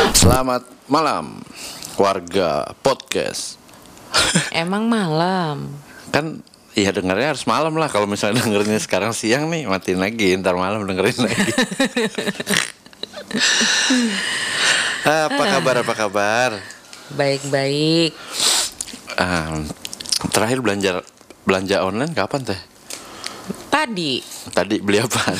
Selamat malam warga podcast. Emang malam? Kan iya dengarnya harus malam lah. Kalau misalnya dengerinnya sekarang siang nih, matiin lagi, ntar malam dengerin lagi. Apa kabar? Baik-baik. Terakhir belanja online kapan teh? Tadi beli apa?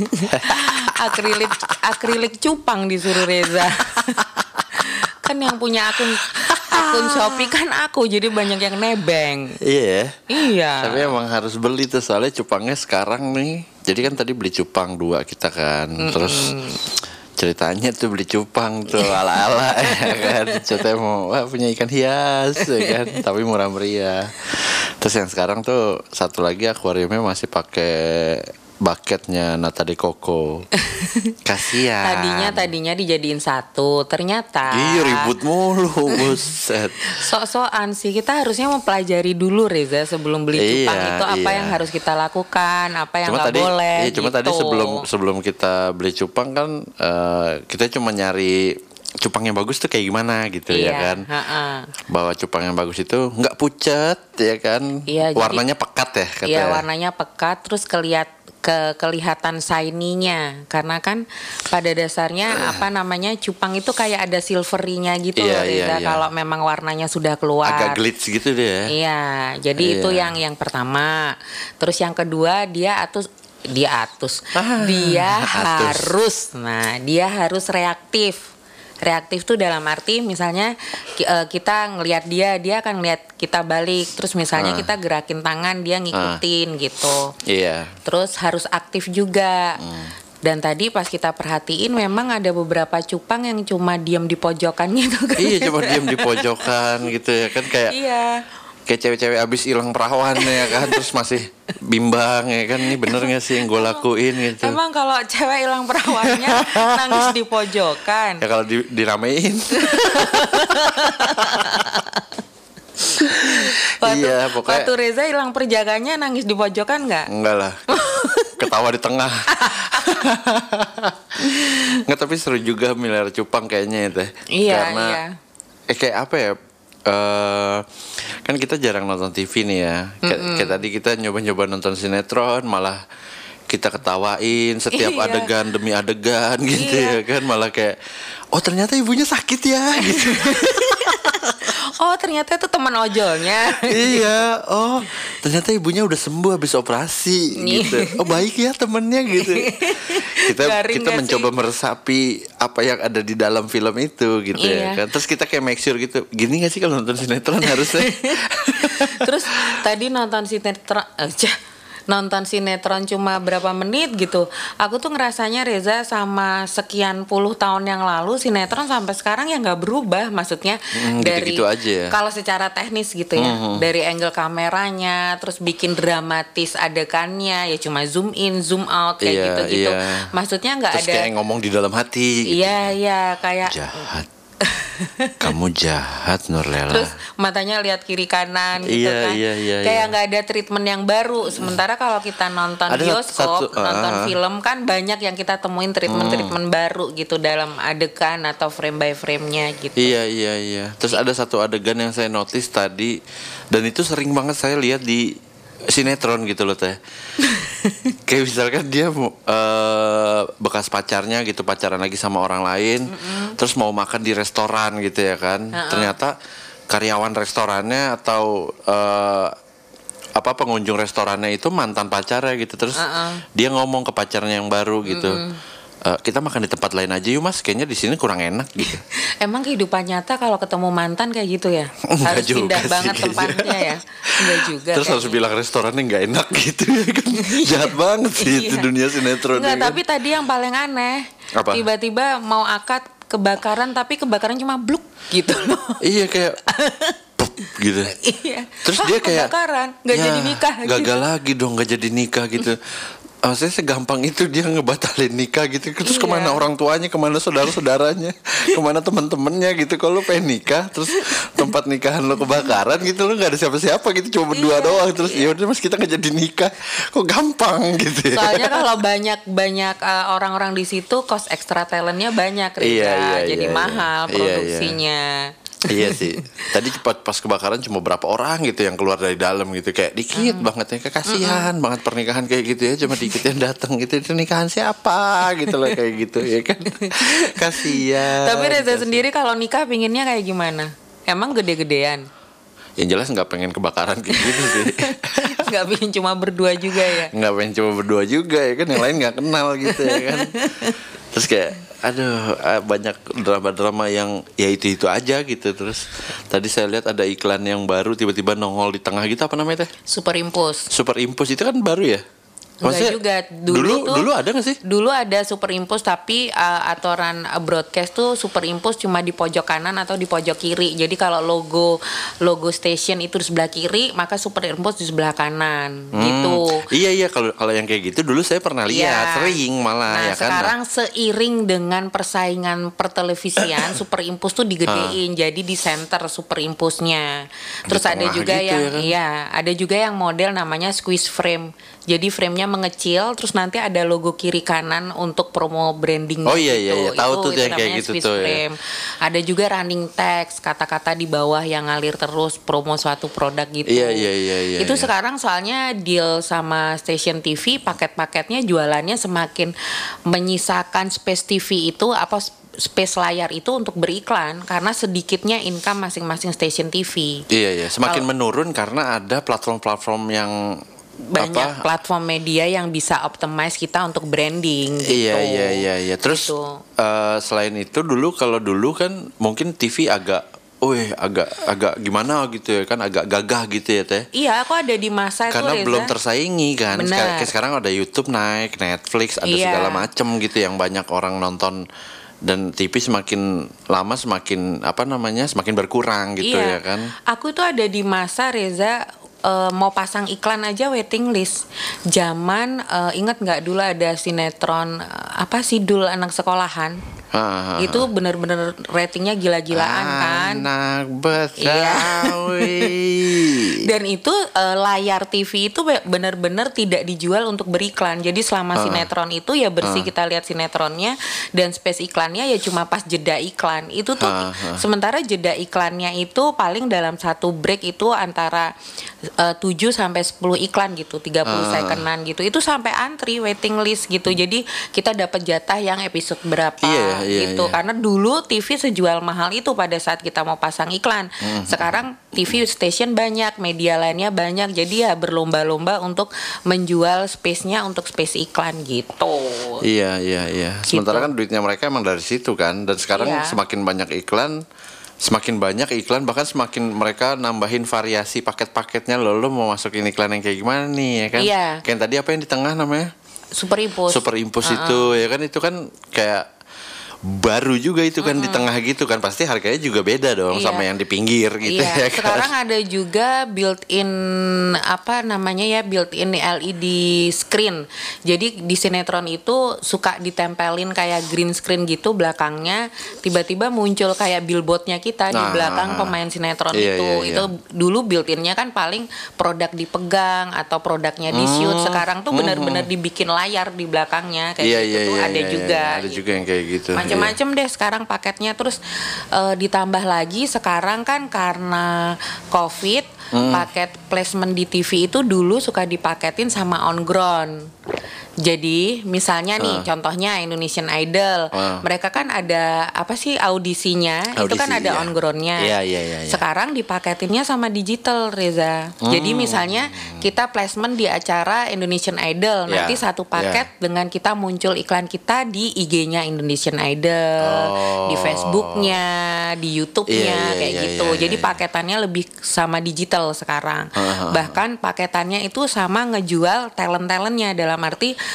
akrilik cupang disuruh Reza. Kan yang punya akun Shopee kan aku, jadi banyak yang nebeng. Iya. Tapi emang harus beli tuh, soalnya cupangnya sekarang nih. Jadi kan tadi beli cupang 2 kita kan. Terus ceritanya tuh beli cupang tuh ala-ala ya kan. Ceritanya mau punya ikan hias ya kan, tapi murah meriah. Terus yang sekarang tuh satu lagi akuariumnya masih pakai bucketnya Nata de Coco. Kasian. Tadinya dijadiin satu, ternyata Iya ribut mulu, buset. Sok-sokan sih, kita harusnya mempelajari dulu Reza sebelum beli cupang itu apa yang harus kita lakukan, apa yang nggak boleh. Iya, cuma gitu. tadi sebelum kita beli cupang kan kita cuma nyari cupang yang bagus tuh kayak gimana gitu ya kan. Bahwa cupang yang bagus itu nggak pucat ya kan. Iya, warnanya pekat ya katanya. Iya, warnanya pekat, terus kelihatan shiny-nya, karena kan pada dasarnya cupang itu kayak ada silvery-nya gitu loh Reza. Kalau memang warnanya sudah keluar agak glitch gitu deh. Iya, jadi itu yang pertama. Terus yang kedua dia harus reaktif. Reaktif tuh dalam arti misalnya kita ngelihat dia akan ngelihat kita balik, terus misalnya kita gerakin tangan dia ngikutin gitu. Iya. Terus harus aktif juga. Dan tadi pas kita perhatiin memang ada beberapa cupang yang cuma diam di pojokan gitu kan. Iya, cuma diam di pojokan gitu ya kan, kayak kayak cewek-cewek abis hilang perawan ya kan, terus masih bimbang ya kan, ini bener gak sih yang gue lakuin gitu. Emang kalau cewek hilang perawannya nangis di pojokan? Ya kalau diramein. Iya pokoknya. Waktu Reza hilang perjaganya nangis di pojokan nggak? Enggak lah, ketawa di tengah. Nggak, tapi seru juga melihara cupang kayaknya ya teh. Iya. Karena kayak apa ya, kan kita jarang nonton TV nih ya. Kayak tadi kita nyoba-nyoba nonton sinetron, malah kita ketawain setiap adegan demi adegan gitu ya kan. Malah kayak, oh ternyata ibunya sakit ya gitu. Oh ternyata itu teman ojolnya. Iya, oh ternyata ibunya udah sembuh habis operasi gitu. Oh baik ya temennya gitu. Kita mencoba meresapi apa yang ada di dalam film itu gitu ya kan. Terus kita kayak make sure gitu, gini gak sih kalau nonton sinetron harusnya. Terus tadi nonton sinetron cuma berapa menit gitu. Aku tuh ngerasanya Reza sama sekian puluh tahun yang lalu sinetron sampai sekarang ya nggak berubah. Maksudnya dari gitu aja ya. Kalau secara teknis gitu ya, dari angle kameranya, terus bikin dramatis adegannya, ya cuma zoom in, zoom out kayak gitu-gitu. Maksudnya nggak ada. Terus kayak ngomong di dalam hati. Gitu. Iya kayak jahat. Kamu jahat Nurlela. Terus matanya lihat kiri kanan gitu kan. Kayak nggak ada treatment yang baru. Sementara kalau kita nonton bioskop, nonton film kan banyak yang kita temuin treatment baru gitu dalam adegan atau frame by frame-nya gitu. Iya. Terus ada satu adegan yang saya notice tadi, dan itu sering banget saya lihat di sinetron gitu loh teh. Kayak misalkan dia bekas pacarnya gitu, pacaran lagi sama orang lain, terus mau makan di restoran gitu ya kan. Ternyata karyawan restorannya atau pengunjung restorannya itu mantan pacarnya gitu. Terus dia ngomong ke pacarnya yang baru gitu, kita makan di tempat lain aja yuk mas, kayaknya di sini kurang enak gitu. Emang kehidupan nyata kalau ketemu mantan kayak gitu ya? Harus pindah banget tempatnya ya? Enggak juga. Terus harus bilang restorannya nggak enak gitu ya kan. Jahat banget sih itu dunia sinetron. Enggak, kan? tapi tadi yang paling aneh, apa? Tiba-tiba mau akad kebakaran, tapi kebakaran cuma bluk gitu loh. Iya kayak gitu. Iya. Terus dia kayak kebakaran, nggak jadi nikah. Gagal lagi dong, nggak jadi nikah gitu. Maksudnya segampang itu dia ngebatalin nikah gitu. Terus kemana orang tuanya, kemana saudara-saudaranya, kemana teman-temannya gitu. Kalau lu pengen nikah, terus tempat nikahan lo kebakaran gitu, lo nggak ada siapa-siapa gitu, cuma berdua doang. Terus ya udah mas kita nggak jadi nikah, kok gampang gitu. Soalnya kalau banyak orang-orang di situ, cost extra talentnya banyak, Reza. Jadi mahal produksinya. Iya sih. Tadi pas kebakaran cuma berapa orang gitu yang keluar dari dalam gitu, kayak dikit banget ya, kasihan banget pernikahan kayak gitu ya, cuma dikit yang datang gitu. Itu nikahan siapa gitu loh kayak gitu ya kan. Kasihan. Tapi Reza sendiri kalau nikah pinginnya kayak gimana? Emang gede-gedean? Yang jelas nggak pengen kebakaran kayak gitu sih. Nggak pengen cuma berdua juga ya? Nggak pengen cuma berdua juga ya kan, yang lain nggak kenal gitu ya kan. Terus kayak aduh banyak drama-drama yang ya itu aja gitu. Terus tadi saya lihat ada iklan yang baru tiba-tiba nongol di tengah gitu, apa namanya teh? Superimpos itu kan baru ya? Enggak juga. Dulu ada nggak sih? Dulu ada superimpos, tapi aturan broadcast tuh superimpos cuma di pojok kanan atau di pojok kiri. Jadi kalau logo station itu di sebelah kiri, maka superimpos di sebelah kanan gitu. Iya kalau yang kayak gitu dulu saya pernah lihat, sering malah ya kan. Sekarang seiring dengan persaingan pertelevisian, superimpos tuh digedein, jadi di center superimposnya. Terus ada juga gitu, yang ya kan? Ada juga yang model namanya squeeze frame. Jadi frame-nya mengecil, terus nanti ada logo kiri kanan untuk promo branding. Oh iya, tahu tuh yang kayak gitu tuh ya. Ada juga running text, kata-kata di bawah yang ngalir terus promo suatu produk gitu. Iya. Itu sekarang soalnya deal sama stasiun TV, paket-paketnya jualannya semakin menyisakan space TV itu space layar itu untuk beriklan, karena sedikitnya income masing-masing stasiun TV. Iya, semakin menurun karena ada platform-platform yang banyak platform media yang bisa optimize kita untuk branding gitu. Iya. Terus gitu. Selain itu dulu kan mungkin TV agak gimana gitu ya kan, agak gagah gitu ya teh. Iya, aku ada di masa karena itu, belum tersaingi kan. Sekarang ada YouTube naik, Netflix ada segala macem gitu yang banyak orang nonton. Dan TV semakin lama semakin semakin berkurang gitu ya kan. Aku tuh ada di masa, Reza, mau pasang iklan aja waiting list. Zaman ingat nggak dulu ada sinetron Sidul anak sekolahan. Itu bener-bener ratingnya gila-gilaan kan. Anak Betawi. Dan itu layar TV itu bener-bener tidak dijual untuk beriklan. Jadi selama sinetron itu ya bersih kita lihat sinetronnya, dan space iklannya ya cuma pas jeda iklan. Itu tuh sementara jeda iklannya itu paling dalam satu break itu antara 7 sampai 10 iklan gitu, 30 secondan gitu. Itu sampai antri waiting list gitu. Jadi kita dapat jatah yang episode berapa gitu. Karena dulu TV sejual mahal itu pada saat kita mau pasang iklan. Sekarang TV station banyak, media lainnya banyak. Jadi ya berlomba-lomba untuk menjual space-nya untuk space iklan gitu. Iya. Sementara kan duitnya mereka emang dari situ kan. Dan sekarang semakin banyak iklan, bahkan semakin mereka nambahin variasi paket-paketnya. Lo mau masukin iklan yang kayak gimana nih ya kan? Iya. Kayak tadi apa yang di tengah namanya? Superimpos itu ya kan, itu kan kayak baru juga itu kan di tengah gitu kan, pasti harganya juga beda dong sama yang di pinggir gitu ya kan. Sekarang ada juga built-in built-in LED screen. Jadi di sinetron itu suka ditempelin kayak green screen gitu belakangnya, tiba-tiba muncul kayak billboardnya kita di belakang pemain sinetron itu. Itu dulu built-innya kan paling produk dipegang atau produknya di shoot. Sekarang tuh benar-benar dibikin layar di belakangnya kayak gitu. Ada juga. Ada juga yang kayak gitu. Macam-macam deh sekarang paketnya. Terus ditambah lagi sekarang kan karena COVID, paket placement di TV itu dulu suka dipaketin sama on ground. Jadi misalnya nih contohnya Indonesian Idol, mereka kan ada audisinya, itu kan ada on groundnya. Sekarang dipaketinnya sama digital, Reza. Jadi misalnya kita placement di acara Indonesian Idol, nanti satu paket dengan kita muncul iklan kita di IG-nya Indonesian Idol, di Facebook-nya, di YouTube-nya kayak gitu. Jadi paketannya lebih sama digital sekarang. Bahkan paketannya itu sama ngejual talent-talentnya, dalam arti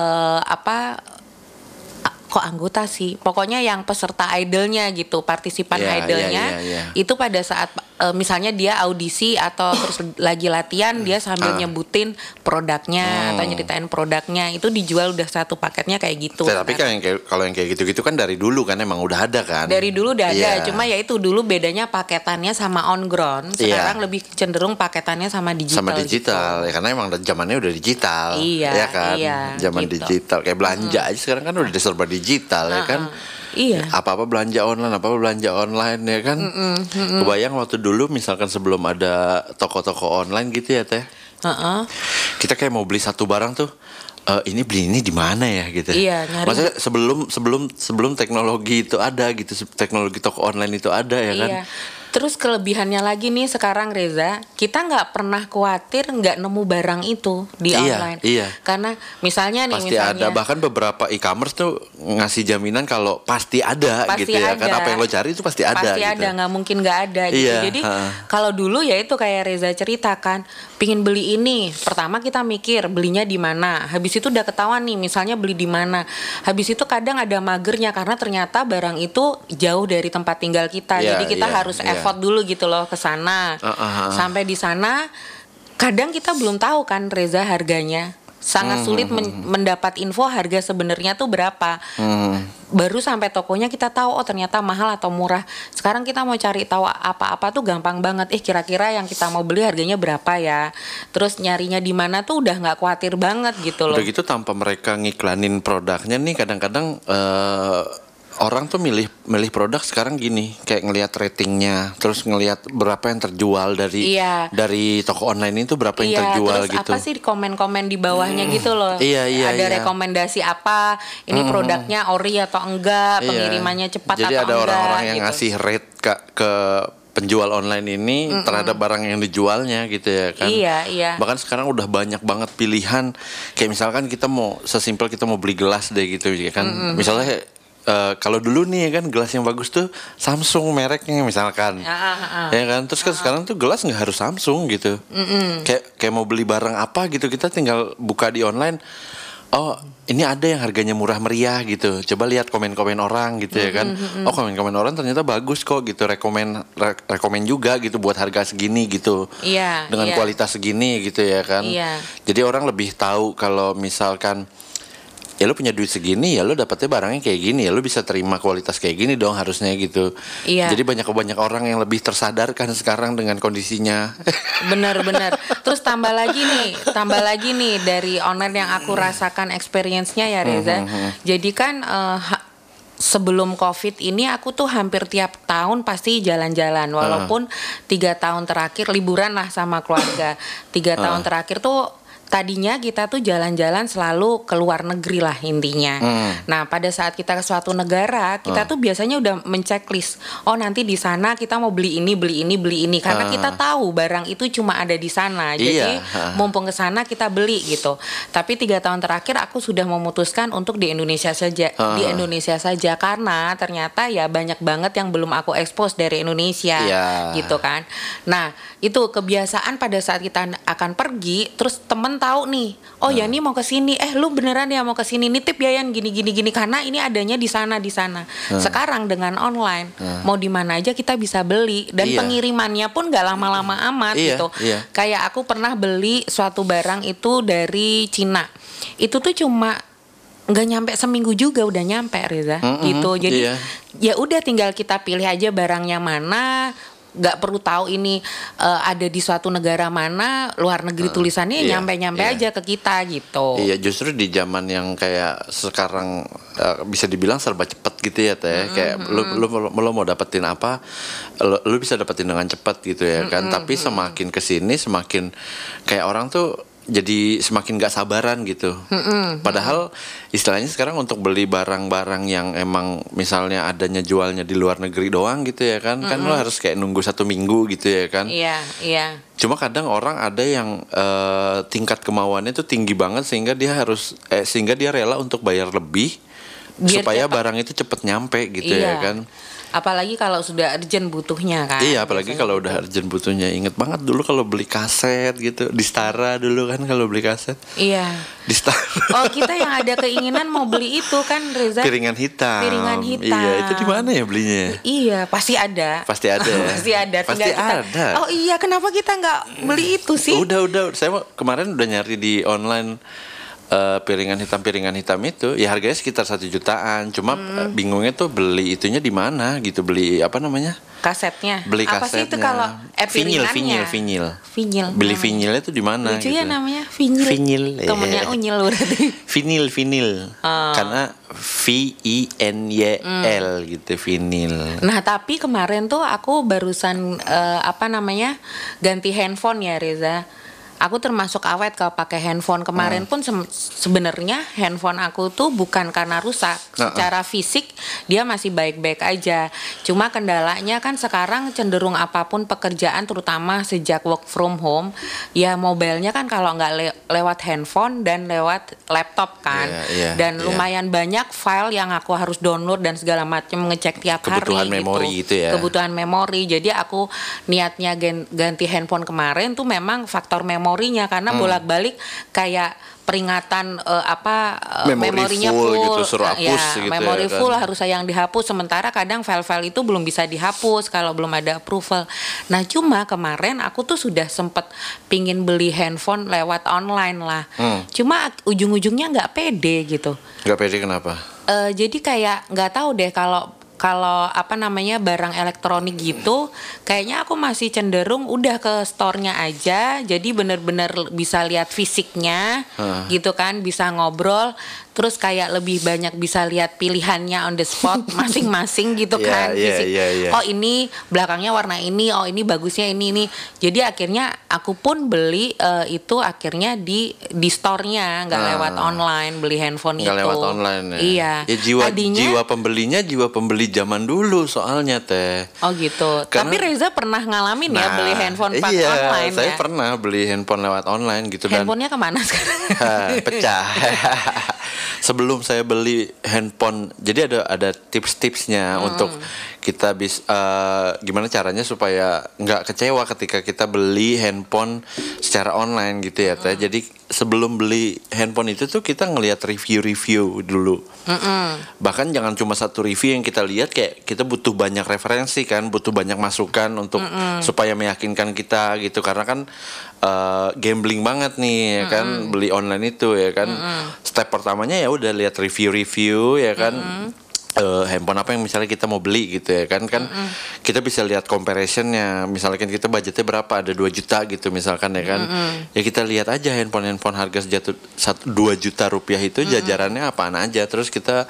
kok anggota sih, pokoknya yang peserta idolnya gitu, partisipan idolnya itu pada saat misalnya dia audisi atau terus lagi latihan dia sambil nyebutin produknya atau nyeritain produknya, itu dijual udah satu paketnya kayak gitu. Tapi kan kalau yang kayak gitu-gitu kan dari dulu kan emang udah ada kan. Dari dulu udah ada, cuma ya itu dulu bedanya paketannya sama on ground. Sekarang lebih cenderung paketannya sama digital. Sama digital gitu. Ya karena emang zamannya udah digital. Ya kan. Zaman gitu. Digital kayak belanja aja sekarang kan udah serba digital ya kan. Iya. Apa-apa belanja online ya kan. Kebayang waktu dulu misalkan sebelum ada toko-toko online gitu ya Teh. Kita kayak mau beli satu barang tuh, ini beli ini di mana ya gitu. Iya, nyari. Maksudnya sebelum teknologi itu ada gitu, teknologi toko online itu ada ya kan. Iya. Terus kelebihannya lagi nih sekarang Reza, kita nggak pernah khawatir nggak nemu barang itu di online. Iya. Karena misalnya nih, pasti ada, bahkan beberapa e-commerce tuh ngasih jaminan kalau pasti ada gitu ya kan. Apa yang lo cari itu pasti ada. Pasti gitu. Ada, nggak mungkin nggak ada gitu. Jadi kalau dulu ya itu kayak Reza ceritakan, pingin beli ini, pertama kita mikir belinya di mana. Habis itu udah ketahuan nih, misalnya beli di mana. Habis itu kadang ada magernya karena ternyata barang itu jauh dari tempat tinggal kita. Jadi kita harus effort dulu gitu loh ke sana. Sampai di sana kadang kita belum tahu kan Reza harganya. Sangat sulit mendapat info harga sebenarnya tuh berapa. Baru sampai tokonya kita tahu oh ternyata mahal atau murah. Sekarang kita mau cari tahu apa-apa tuh gampang banget. Kira-kira yang kita mau beli harganya berapa ya. Terus nyarinya di mana tuh udah nggak khawatir banget gitu loh. Udah gitu tanpa mereka ngiklanin produknya nih kadang-kadang orang tuh milih produk sekarang gini, kayak ngelihat ratingnya, terus ngelihat berapa yang terjual dari toko online itu berapa yang terjual terus gitu. Apa sih komen-komen di bawahnya gitu loh. Ada rekomendasi apa, ini produknya ori atau enggak, pengirimannya cepat jadi atau enggak. Jadi ada orang-orang yang gitu. ngasih rate ke penjual online ini terhadap barang yang dijualnya gitu ya kan. Iya. Bahkan sekarang udah banyak banget pilihan. Kayak misalkan kita mau sesimpel kita mau beli gelas deh gitu ya kan. Misalnya kalau dulu nih ya kan gelas yang bagus tuh Samsung mereknya misalkan, ya kan. Terus kan sekarang tuh gelas nggak harus Samsung gitu. Kayak mau beli barang apa gitu kita tinggal buka di online. Oh ini ada yang harganya murah meriah gitu. Coba lihat komen-komen orang gitu ya kan. Oh komen-komen orang ternyata bagus kok gitu. Rekomen juga gitu buat harga segini gitu. Dengan kualitas segini gitu ya kan. Jadi orang lebih tahu kalau misalkan ya lo punya duit segini ya lo dapetnya barangnya kayak gini ya lo bisa terima kualitas kayak gini dong harusnya gitu. Jadi banyak orang yang lebih tersadarkan sekarang dengan kondisinya. Benar. Terus tambah lagi nih dari online yang aku rasakan experience-nya ya Reza. Jadi kan sebelum COVID ini aku tuh hampir tiap tahun pasti jalan-jalan. Walaupun 3 tahun terakhir liburan lah sama keluarga. 3 tahun terakhir tuh tadinya kita tuh jalan-jalan selalu ke luar negeri lah intinya. Nah pada saat kita ke suatu negara kita tuh biasanya udah menceklis. Oh nanti di sana kita mau beli ini karena kita tahu barang itu cuma ada di sana. Jadi mumpung ke sana kita beli gitu. Tapi 3 tahun terakhir aku sudah memutuskan untuk di Indonesia saja. Di Indonesia saja karena ternyata ya banyak banget yang belum aku expose dari Indonesia gitu kan. Nah itu kebiasaan pada saat kita akan pergi terus temen tahu nih, oh ya nih mau ke sini, lu beneran ya mau ke sini, nitip ya yang gini karena ini adanya di sana. Sekarang dengan online, mau di mana aja kita bisa beli dan pengirimannya pun nggak lama-lama amat gitu. Kayak aku pernah beli suatu barang itu dari Cina, itu tuh cuma nggak nyampe seminggu juga udah nyampe Reza, gitu. Jadi ya udah tinggal kita pilih aja barangnya mana. Gak perlu tahu ini ada di suatu negara mana, luar negeri tulisannya nyampe aja ke kita gitu. Iya, justru di zaman yang kayak sekarang bisa dibilang serba cepat gitu ya Teh. Kayak lu mau dapetin apa, lu bisa dapetin dengan cepat gitu ya kan. Tapi semakin kesini semakin kayak orang tuh jadi semakin gak sabaran gitu. Padahal istilahnya sekarang untuk beli barang-barang yang emang misalnya adanya jualnya di luar negeri doang gitu ya kan. Kan lo harus kayak nunggu 1 minggu gitu ya kan. Iya. Cuma kadang orang ada yang tingkat kemauannya tuh tinggi banget sehingga dia rela untuk bayar lebih supaya barang itu cepet nyampe gitu ya kan. Apalagi kalau sudah urgent butuhnya kan. Iya, apalagi kalau udah urgent butuhnya. Ingat banget dulu kalau beli kaset gitu di Stara dulu kan kalau beli kaset. Iya. Di Stara. Oh, kita yang ada keinginan mau beli itu kan, Reza. Piringan hitam. Iya, itu di mana ya belinya? Iya, pasti ada. Pasti ada. Pasti ada. Pasti ada. Oh iya, kenapa kita nggak beli itu sih? Udah. Saya kemarin udah nyari di online. Piringan hitam itu ya harganya sekitar 1 jutaan. Cuma bingungnya tuh beli itunya di mana gitu, beli apa namanya? Kasetnya. Beli apa kasetnya. Sih itu kalau Vinyl. Beli vinylnya tuh di mana? Lucu gitu. Ya namanya vinyl. Temennya Unyil berarti. Vinyl. Karena VINYL gitu, vinyl. Nah, tapi kemarin tuh aku barusan ganti handphone ya, Reza. Aku termasuk awet kalau pakai handphone. Kemarin pun sebenarnya handphone aku tuh bukan karena rusak. Secara fisik dia masih baik-baik aja. Cuma kendalanya kan sekarang cenderung apapun pekerjaan, terutama sejak work from home, ya mobilenya kan kalau nggak lewat handphone dan lewat laptop kan. Dan lumayan banyak file yang aku harus download dan segala macam, ngecek tiap kebutuhan hari memori gitu. Ya. Kebutuhan memori. Jadi aku niatnya ganti handphone kemarin tuh memang faktor memorinya, karena bolak-balik kayak peringatan memorinya full gitu, suruh hapus gitu memori ya, full kan? harus yang dihapus, sementara kadang file-file itu belum bisa dihapus kalau belum ada approval. Nah, cuma kemarin aku tuh sudah sempet pingin beli handphone lewat online lah. Cuma ujung-ujungnya nggak pede gitu. Nggak pede kenapa? Jadi kayak nggak tahu deh kalau barang elektronik gitu, kayaknya aku masih cenderung udah ke store-nya aja, jadi bener-bener bisa lihat fisiknya gitu kan, bisa ngobrol, terus kayak lebih banyak bisa lihat pilihannya on the spot masing-masing gitu kan. Oh, ini belakangnya warna ini, oh ini bagusnya ini. Jadi akhirnya aku pun beli itu akhirnya di store-nya, nggak lewat online beli handphone itu. Nggak lewat online ya. Iya. Ya, jiwa pembelinya jiwa pembeli zaman dulu soalnya teh. Oh gitu. Tapi Reza pernah ngalamin ya beli handphone online saya pernah beli handphone lewat online gitu. Handphonenya kemana sekarang? Pecah. Sebelum saya beli handphone, jadi ada tips-tipsnya untuk kita gimana caranya supaya nggak kecewa ketika kita beli handphone secara online gitu ya teh. Jadi sebelum beli handphone itu tuh kita ngelihat review dulu. Bahkan jangan cuma satu review yang kita lihat, kayak kita butuh banyak referensi kan, butuh banyak masukan untuk supaya meyakinkan kita gitu, karena kan gambling banget nih ya kan, beli online itu ya kan. Step pertamanya ya udah lihat review ya kan. Handphone apa yang misalnya kita mau beli gitu ya kan, kita bisa lihat comparisonnya. Misalkan kita budgetnya berapa, ada 2 juta gitu misalkan ya kan, ya kita lihat aja handphone harga sejatuh 2 juta rupiah itu jajarannya apaan aja, terus kita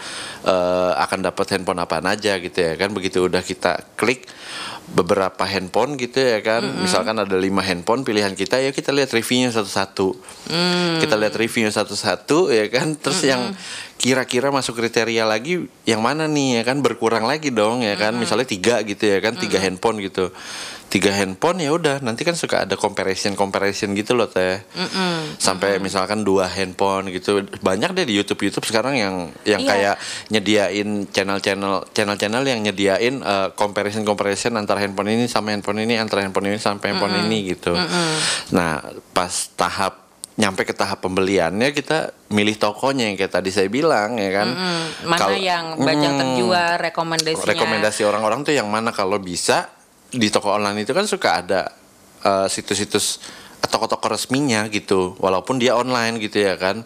akan dapat handphone apaan aja gitu ya kan. Begitu udah kita klik beberapa handphone gitu ya kan, misalkan ada 5 handphone pilihan kita, ya kita lihat reviewnya satu-satu. Kita lihat reviewnya satu-satu ya kan, terus yang kira-kira masuk kriteria lagi yang mana nih ya kan, berkurang lagi dong ya kan. Misalnya 3 gitu ya kan, 3 handphone gitu, 3 handphone ya udah nanti kan suka ada comparison gitu loh teh. Sampai misalkan 2 handphone gitu, banyak deh di YouTube sekarang yang kayak nyediain channel yang nyediain comparison antara handphone ini sama handphone ini, antara handphone ini sampai handphone ini gitu. Nah, pas nyampe ke tahap pembeliannya, kita milih tokonya yang kayak tadi saya bilang ya kan. Mana yang banyak terjual, rekomendasi orang-orang tuh yang mana. Kalau bisa di toko online itu kan suka ada situs-situs toko-toko resminya gitu, walaupun dia online gitu ya kan.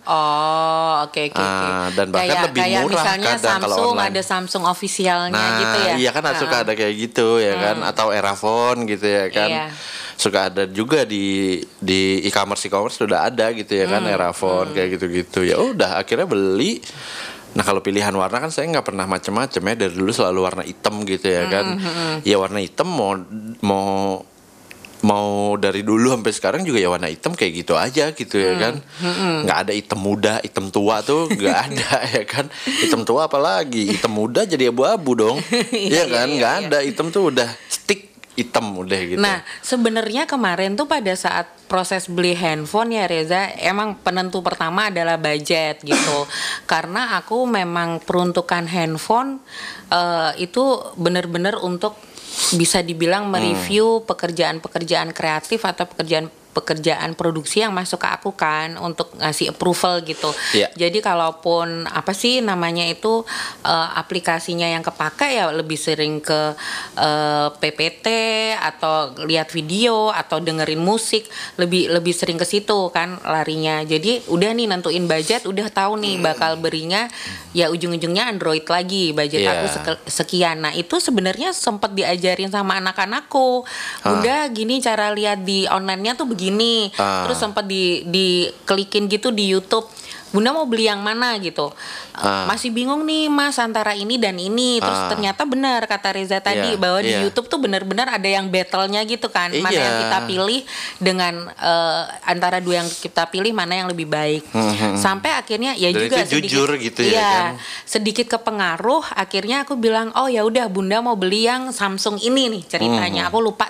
Oh, oke. Dan bahkan lebih murah misalnya kadang kalau online. Ada Samsung officialnya gitu ya. Iya kan, suka ada kayak gitu ya kan, atau Erafone gitu ya kan. Suka ada juga di e-commerce sudah ada gitu ya kan, Erafone kayak gitu-gitu. Ya udah akhirnya beli. Nah, kalau pilihan warna kan saya nggak pernah macam-macam ya, dari dulu selalu warna hitam gitu ya kan. Ya warna hitam mau dari dulu sampai sekarang juga ya warna hitam kayak gitu aja gitu ya kan. Nggak ada hitam muda, hitam tua tuh nggak ada ya kan. Hitam tua apalagi, hitam muda jadi abu-abu dong. Iya kan, nggak ada. Hitam tuh udah stick hitam udah gitu. Nah, sebenarnya kemarin tuh pada saat proses beli handphone ya Reza, emang penentu pertama adalah budget gitu. Karena aku memang peruntukan handphone itu benar-benar untuk bisa dibilang mereview pekerjaan-pekerjaan kreatif atau pekerjaan produksi yang masuk ke aku kan untuk ngasih approval gitu. Jadi kalaupun apa sih namanya itu aplikasinya yang kepake ya lebih sering ke PPT atau lihat video atau dengerin musik, lebih sering ke situ kan larinya. Jadi udah nih nentuin budget, udah tahu nih bakal berinya ya ujung-ujungnya Android lagi, budget aku sekian. Nah, itu sebenarnya sempat diajarin sama anak-anakku. Bunda gini cara lihat di online-nya tuh begini. Terus sempat diklikin gitu di YouTube. Bunda mau beli yang mana gitu. Masih bingung nih Mas antara ini dan ini. Terus ternyata benar kata Reza tadi bahwa di YouTube tuh benar-benar ada yang battle-nya gitu kan. Mana yang kita pilih dengan antara dua yang kita pilih mana yang lebih baik. Sampai akhirnya ya dan juga sedikit jujur gitu ya kan. Sedikit kepengaruh akhirnya aku bilang oh ya udah Bunda mau beli yang Samsung ini nih ceritanya. Aku lupa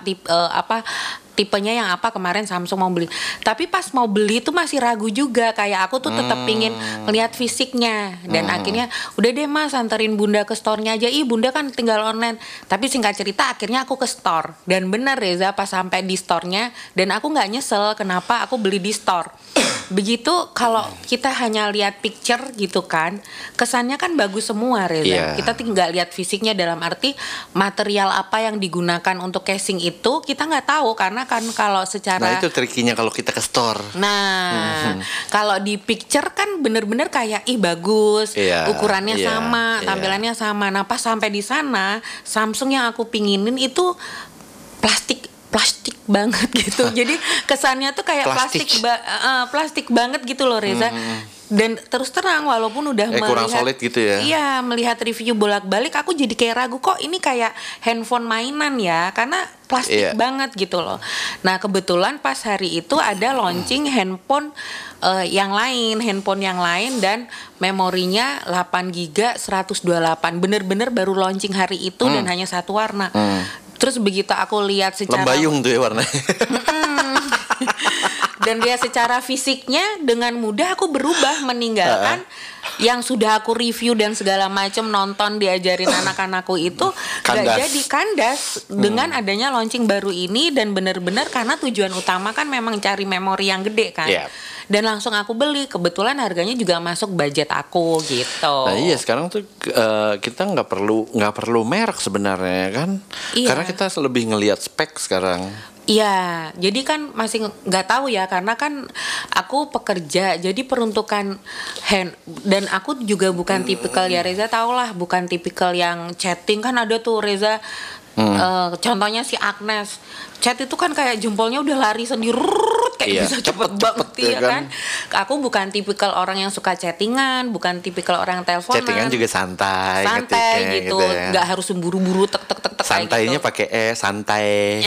tipenya yang apa kemarin Samsung mau beli. Tapi pas mau beli tuh masih ragu juga. Kayak aku tuh tetap pingin ngeliat fisiknya. Dan akhirnya udah deh Mas anterin Bunda ke store-nya aja. Ih Bunda kan tinggal online. Tapi singkat cerita akhirnya aku ke store. Dan bener Reza pas sampai di store-nya. Dan aku gak nyesel kenapa aku beli di store. Begitu kalau kita hanya lihat picture gitu kan, kesannya kan bagus semua Reza. Kita tinggal lihat fisiknya dalam arti material apa yang digunakan untuk casing itu kita nggak tahu karena kan kalau secara nah itu trikinya kalau kita ke store. Nah kalau di picture kan bener-bener kayak ih bagus, ukurannya sama, tampilannya sama. Nah pas sampai di sana Samsung yang aku pinginin itu plastik banget gitu. Jadi kesannya tuh kayak plastik banget gitu loh Reza. Dan terus terang walaupun udah kurang solid gitu ya. Iya, melihat review bolak-balik aku jadi kayak ragu kok ini kayak handphone mainan ya karena plastik banget gitu loh. Nah, kebetulan pas hari itu ada launching handphone yang lain dan memorinya 8GB 128. Bener-bener baru launching hari itu dan hanya satu warna. Terus begitu aku lihat secara lembayung tuh ya warnanya. Dan dia secara fisiknya dengan mudah aku berubah meninggalkan yang sudah aku review dan segala macam nonton diajarin anak-anakku itu gak jadi kandas dengan adanya launching baru ini dan benar-benar karena tujuan utama kan memang cari memori yang gede kan. Dan langsung aku beli, kebetulan harganya juga masuk budget aku gitu. Nah iya sekarang tuh kita nggak perlu merek sebenarnya kan, karena kita lebih ngelihat spek sekarang. Iya, jadi kan masih nggak tahu ya karena kan aku pekerja, jadi peruntukan dan aku juga bukan tipikal ya Reza tau lah, bukan tipikal yang chatting kan ada tuh Reza. Contohnya si Agnes, chat itu kan kayak jempolnya udah lari sendiri kayak bisa cepet banget ya kan. Aku bukan tipikal orang yang suka chattingan, bukan tipikal orang yang teleponan. Chattingan juga santai gitu ya. Nggak harus buru-buru tek santainya gitu. Pakai santai.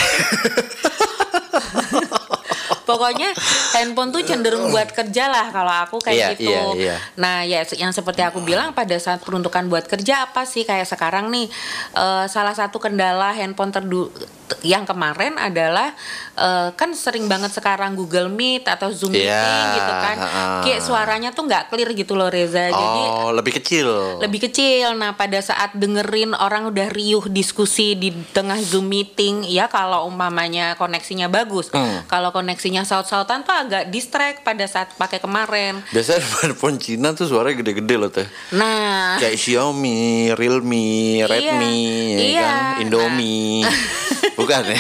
Pokoknya handphone tuh cenderung buat kerja lah kalau aku kayak gitu. Nah ya yang seperti aku bilang pada saat peruntukan buat kerja apa sih kayak sekarang nih salah satu kendala handphone yang kemarin adalah kan sering banget sekarang Google Meet atau Zoom meeting gitu kan. Kayak suaranya tuh nggak clear gitu loh Reza. Jadi lebih kecil. Nah pada saat dengerin orang udah riuh diskusi di tengah Zoom meeting ya kalau umpamanya koneksinya bagus. Kalau koneksinya saut-sautan tuh agak distract pada saat pakai kemarin. Biasanya handphone Cina tuh suaranya gede-gede loh teh. Nah, kayak Xiaomi, Realme, Redmi, kan? Indomie. Bukan ya?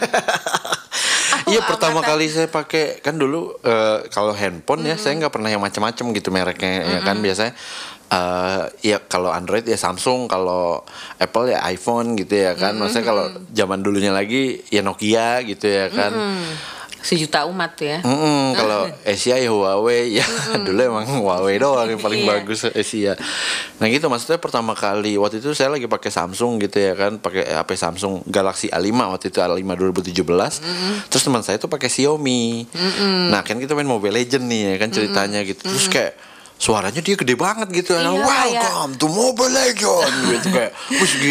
Iya pertama kali saya pakai kan dulu kalau handphone ya saya nggak pernah yang macam-macam gitu mereknya ya kan biasanya ya kalau Android ya Samsung, kalau Apple ya iPhone gitu ya kan. Maksudnya kalau zaman dulunya lagi ya Nokia gitu ya kan. Sejuta umat ya. Kalau Asia ya Huawei ya. Dulu emang Huawei doang yang paling bagus Asia. Nah gitu maksudnya pertama kali waktu itu saya lagi pakai Samsung gitu ya kan, pakai HP Samsung Galaxy A5 waktu itu A5 2017. Terus teman saya tuh pakai Xiaomi. Nah kan kita main Mobile Legend nih ya kan ceritanya gitu. Terus kayak suaranya dia gede banget gitu. Welcome to Mobile Legends gitu kayak, wih gila.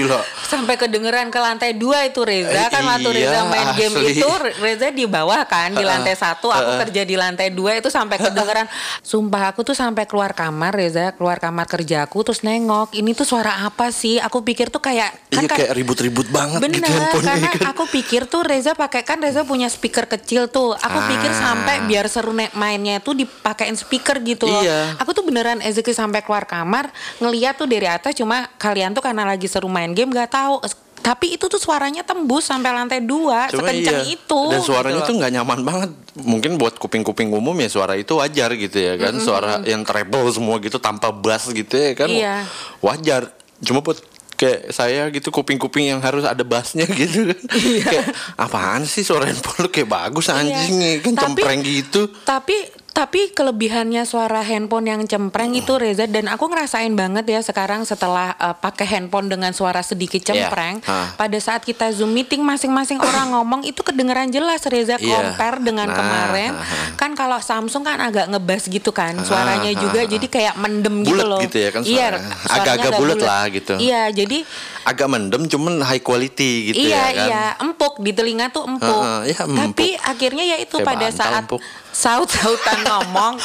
sampai kedengeran ke lantai 2 itu Reza. Kan waktu Reza main game itu Reza di bawah kan, di lantai 1, aku kerja di lantai 2 itu sampai kedengeran. Sumpah aku tuh sampai keluar kamar Reza, keluar kamar kerjaku terus nengok, ini tuh suara apa sih? Aku pikir tuh kayak kayak ribut-ribut banget. Bener, gitu karena kan. aku pikir tuh Reza punya speaker kecil tuh. Aku pikir sampai biar seru mainnya tuh dipakein speaker gitu loh. Aku tuh beneran execute sampai keluar kamar, ngeliat tuh dari atas, cuma kalian tuh karena lagi seru main game gak tahu. Tapi itu tuh suaranya tembus sampai lantai 2, sekencang itu. Dan suaranya gitu tuh nggak nyaman banget. Mungkin buat kuping-kuping umum ya suara itu wajar gitu ya kan. Suara yang treble semua gitu tanpa bass gitu ya kan. Wajar. Cuma buat kayak saya gitu kuping-kuping yang harus ada bassnya gitu kan. Kayak apaan sih suara handphone lu kayak bagus anjing kan cempreng gitu. Tapi kelebihannya suara handphone yang cempreng itu Reza, dan aku ngerasain banget ya sekarang setelah pakai handphone dengan suara sedikit cempreng. Pada saat kita Zoom meeting masing-masing orang ngomong itu kedengeran jelas Reza, compare dengan kemarin. Kan kalau Samsung kan agak ngebas gitu kan suaranya juga, jadi kayak mendem gitu loh. Gitu ya kan suaranya. Agak-agak bulat lah gitu. Iya, jadi agak mendem cuman high quality gitu ya kan. Iya, empuk di telinga tuh empuk. Tapi akhirnya ya itu pada saat saut-sautan ngomong,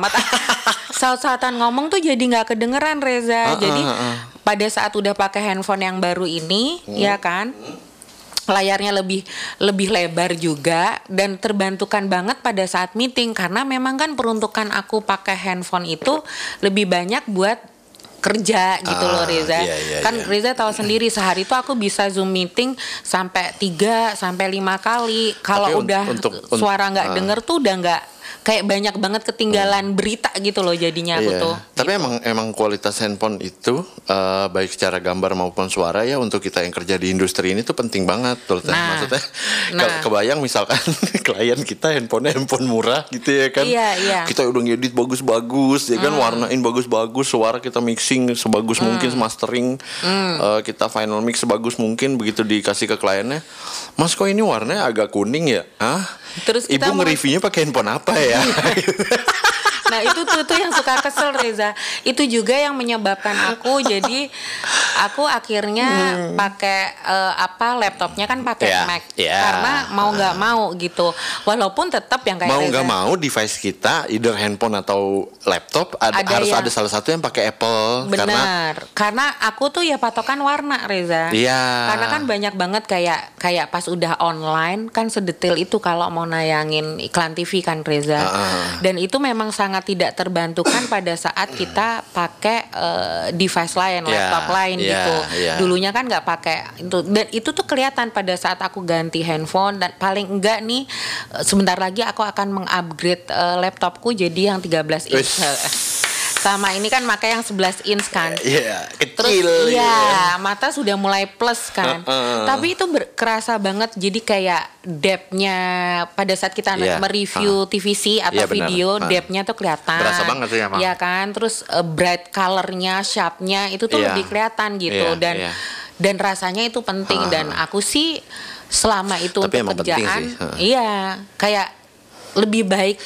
saut-sautan ngomong tuh jadi nggak kedengeran Reza. Jadi pada saat udah pakai handphone yang baru ini, ya kan, layarnya lebih lebar juga dan terbantukan banget pada saat meeting, karena memang kan peruntukan aku pakai handphone itu lebih banyak buat kerja gitu loh Reza. Kan Reza tahu sendiri sehari itu aku bisa Zoom meeting sampai 3 sampai 5 kali. Kalau udah suara nggak denger tuh udah nggak, kayak banyak banget ketinggalan berita gitu loh jadinya aku tuh. Tapi gitu. emang kualitas handphone itu baik secara gambar maupun suara ya untuk kita yang kerja di industri ini tuh penting banget tuh. Maksudnya kebayang misalkan klien kita handphone murah gitu ya kan. Kita udah ngedit bagus-bagus ya kan, warnain bagus-bagus, suara kita mixing sebagus mungkin, mastering kita final mix sebagus mungkin, begitu dikasih ke kliennya, Mas kok ini warnanya agak kuning ya? Terus Ibu nge-reviewnya pakai handphone apa ya? Nah itu tuh yang suka kesel Reza. Itu juga yang menyebabkan aku jadi aku akhirnya pakai laptopnya kan pakai Mac karena mau nggak mau gitu. Walaupun tetap yang kayak mau nggak mau device kita either handphone atau laptop harus ada salah satu yang pakai Apple. Benar. Karena aku tuh ya patokan warna Reza. Karena kan banyak banget kayak pas udah online kan sedetail itu kalau mau nayangin iklan TV kan Reza. Dan itu memang sangat tidak terbantukan pada saat kita pakai device lain, laptop lain gitu. Dulunya kan nggak pakai itu, dan itu tuh kelihatan pada saat aku ganti handphone, dan paling enggak nih sebentar lagi aku akan mengupgrade laptopku jadi yang 13 inch. Sama ini kan pakai yang 11 inch kan. Kecil. Terus mata sudah mulai plus kan. Tapi itu kerasa banget, jadi kayak depth-nya pada saat kita mereview TVC atau video, depth-nya tuh kelihatan. Berasa banget sih emang. Iya kan. Terus bright color-nya, sharp-nya itu tuh lebih kelihatan gitu. Dan rasanya itu penting, dan aku sih selama itu tapi untuk kerjaan kayak lebih baik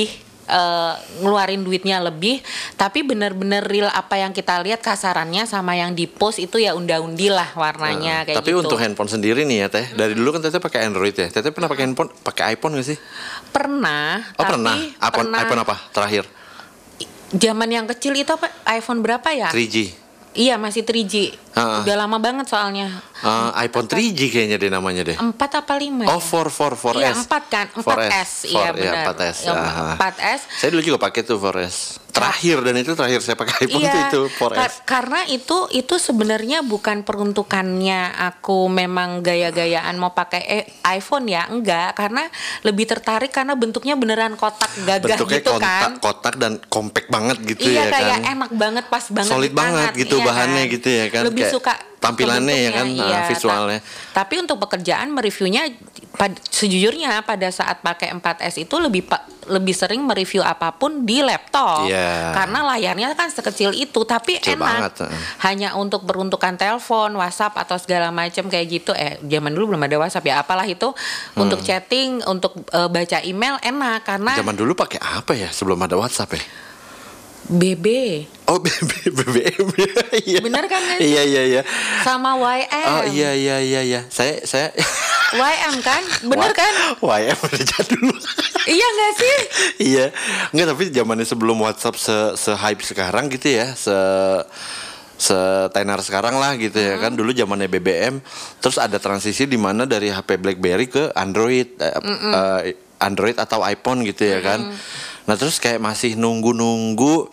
ngeluarin duitnya lebih, tapi benar-benar real apa yang kita lihat kasarannya sama yang di post itu ya unda-undi lah warnanya kayak tapi gitu. Untuk handphone sendiri nih ya Teh, dari dulu kan Teh pakai Android ya. Teh pernah pakai handphone, pakai iPhone gak sih? Pernah. Pernah. iPhone apa terakhir? Zaman yang kecil itu apa? iPhone berapa ya? 3G. Iya masih 3G. Udah lama banget soalnya. iPhone 3G kayaknya deh namanya deh. 4 apa 5 ya? 4S. Iya 4 kan, 4S. Iya benar. 4S. 4S. Saya dulu juga pakai tuh 4S. Terakhir terakhir saya pakai iPhone itu 4S. Karena itu sebenarnya bukan peruntukannya aku memang gaya-gayaan mau pakai iPhone ya, enggak, karena lebih tertarik karena bentuknya beneran kotak gagah bentuknya gitu kan. Kotak dan compact banget gitu ya kan. Iya kayak enak banget, pas banget, solid banget gitu bahannya kan? Gitu ya kan. Lebih kayak suka tampilannya ya kan, visualnya. Tapi untuk pekerjaan mereviewnya sejujurnya pada saat pakai 4S itu lebih sering mereview apapun di laptop. Karena layarnya kan sekecil itu, tapi kecil enak banget. Hanya untuk peruntukan telepon, WhatsApp atau segala macam kayak gitu. Zaman dulu belum ada WhatsApp ya, apalah itu. Untuk chatting, untuk baca email enak karena zaman dulu pakai apa ya sebelum ada WhatsApp ya? BB. Oh, BBM. Iya. Bener kan? Iya. Sama YM. Oh, iya. Saya YM kan? Bener kan? YM udah jadul. Iya enggak sih? Iya. Enggak, tapi zamannya sebelum WhatsApp se-hype sekarang gitu ya. Setenar sekarang lah gitu ya kan. Dulu zamannya BBM, terus ada transisi di mana dari HP BlackBerry ke Android, Android atau iPhone gitu ya kan. Nah, terus kayak masih nunggu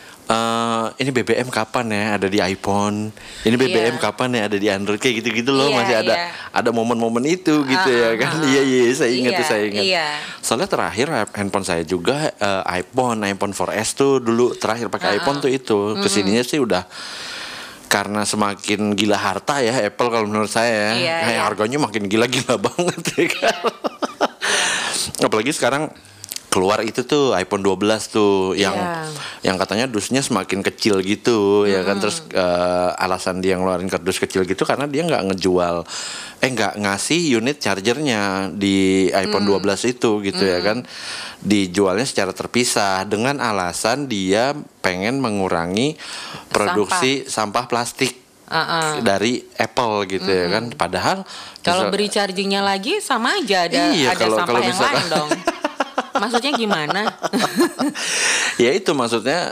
ini BBM kapan ya ada di iPhone, ini BBM kapan ya ada di Android, kayak gitu-gitu loh. Masih ada momen-momen itu gitu ya kan. Iya, saya ingat. Soalnya terakhir handphone saya juga iPhone 4S tuh dulu terakhir pakai iPhone tuh itu. Kesininya sih udah karena semakin gila harta ya Apple kalau menurut saya ya. Kayak harganya makin gila-gila banget ya kan. Apalagi sekarang keluar itu tuh iPhone 12 tuh yang katanya dusnya semakin kecil gitu ya kan. Terus alasan dia ngeluarin kardus kecil gitu karena dia nggak ngasih unit chargernya di iPhone 12 itu gitu ya kan. Dijualnya secara terpisah dengan alasan dia pengen mengurangi produksi sampah plastik dari Apple gitu ya kan. Padahal kalau beri chargingnya lagi sama aja ada sampah yang lain dong. Maksudnya gimana? Ya itu maksudnya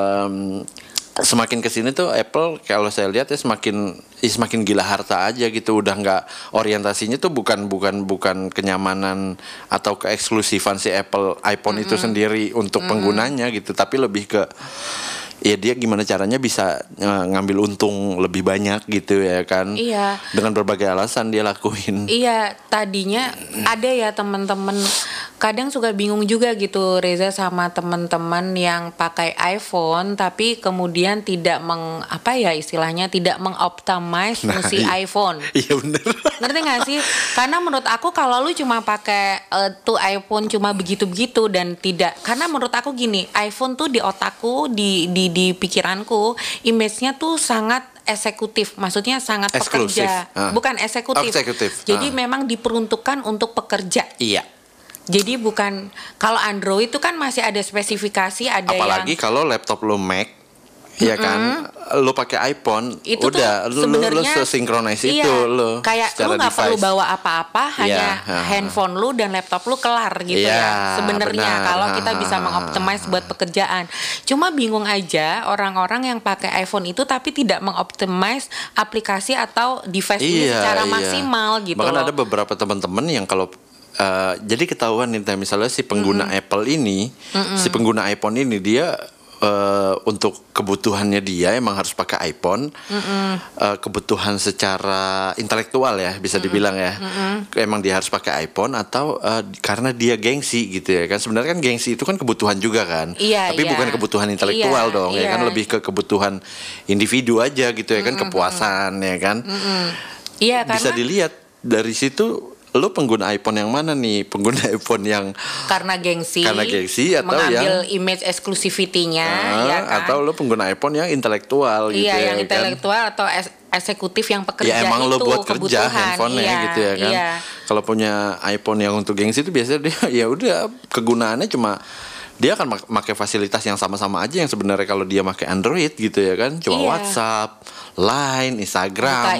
semakin kesini tuh Apple kalau saya lihat ya semakin gila harta aja gitu. Udah nggak, orientasinya tuh bukan kenyamanan atau keeksklusifan si iPhone itu sendiri untuk penggunanya gitu, tapi lebih ke ya dia gimana caranya bisa ngambil untung lebih banyak gitu ya kan. Iya. Dengan berbagai alasan dia lakuin. Iya, tadinya ada ya teman-teman kadang suka bingung juga gitu Reza sama teman-teman yang pakai iPhone tapi kemudian tidak istilahnya tidak mengoptimize fungsi iPhone. Iya benar. Ngerti nggak sih? Karena menurut aku kalau lu cuma pakai tuh iPhone cuma begitu-begitu dan tidak, karena menurut aku gini, iPhone tuh di otakku di pikiranku image-nya tuh sangat eksekutif, maksudnya sangat eksklusif. Pekerja, bukan eksekutif. Jadi memang diperuntukkan untuk pekerja. Iya. Jadi bukan, kalau Android itu kan masih ada spesifikasi, ada apalagi kalau laptop lo Mac, ya kan, lo pakai iPhone, itu udah lo sesinkronis itu lo. Kayak lo nggak perlu bawa apa-apa, hanya handphone lo dan laptop lo kelar gitu ya. Sebenarnya kalau kita bisa mengoptimize buat pekerjaan. Cuma bingung aja orang-orang yang pakai iPhone itu tapi tidak mengoptimize aplikasi atau device ini secara maksimal gitu. Bahkan ada beberapa teman-teman yang kalau jadi ketahuan nih misalnya si pengguna Apple ini, si pengguna iPhone ini dia untuk kebutuhannya dia emang harus pakai iPhone. Kebutuhan secara intelektual ya bisa dibilang ya. Emang dia harus pakai iPhone atau karena dia gengsi gitu ya kan. Sebenarnya kan gengsi itu kan kebutuhan juga kan. Tapi bukan kebutuhan intelektual dong ya kan, lebih ke kebutuhan individu aja gitu ya kan, kepuasan ya kan. Bisa dilihat dari situ lo pengguna iPhone yang mana nih? Pengguna iPhone yang karena gengsi atau mengambil yang image exclusivity-nya ya kan? Atau lo pengguna iPhone yang intelektual gitu ya, yang intelektual atau eksekutif yang pekerja ya emang itu lo buat kerja handphonenya gitu ya kan. Kalau punya iPhone yang untuk gengsi itu biasanya dia ya udah kegunaannya cuma dia akan pakai fasilitas yang sama-sama aja yang sebenarnya kalau dia pakai Android gitu ya kan, cuma WhatsApp, Line, Instagram,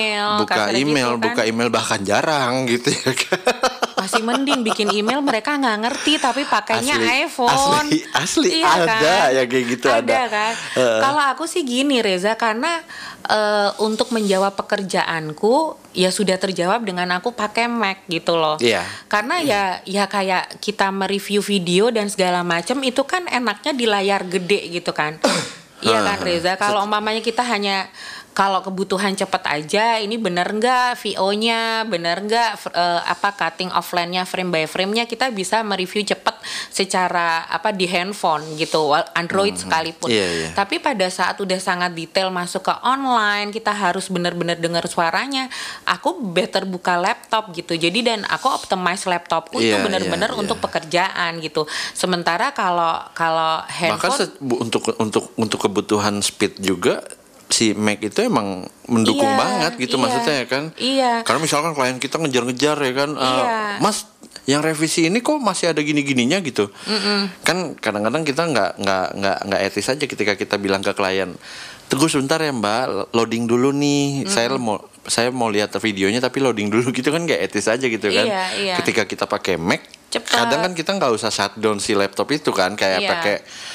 buka email bahkan jarang gitu ya kan. Masih mending bikin email mereka nggak ngerti tapi pakainya iPhone. Asli iya ada kan? Ya kayak gitu ada kan. Kalau aku sih gini Reza, karena untuk menjawab pekerjaanku ya sudah terjawab dengan aku pakai Mac gitu loh. Karena ya kayak kita mereview video dan segala macam itu kan enaknya di layar gede gitu kan. Iya kan Reza, kalau umpamanya kita hanya kalau kebutuhan cepet aja, ini bener nggak VO-nya, bener nggak cutting offline-nya, frame by frame-nya, kita bisa mereview cepet secara di handphone gitu, Android sekalipun. Tapi pada saat udah sangat detail masuk ke online, kita harus bener-bener dengar suaranya. Aku better buka laptop gitu. Jadi dan aku optimize laptopku itu bener-bener untuk pekerjaan gitu. Sementara kalau handphone untuk kebutuhan speed juga si Mac itu emang mendukung banget gitu maksudnya ya kan. Karena misalkan klien kita ngejar-ngejar ya kan, Mas yang revisi ini kok masih ada gini-gininya gitu. Kan kadang-kadang kita nggak etis aja ketika kita bilang ke klien, tunggu sebentar ya Mbak, loading dulu nih. Saya mau lihat videonya tapi loading dulu gitu kan, nggak etis aja gitu kan. Iya. Ketika kita pakai Mac, Cepet. kadang kan kita nggak usah shutdown si laptop itu kan, kayak pakai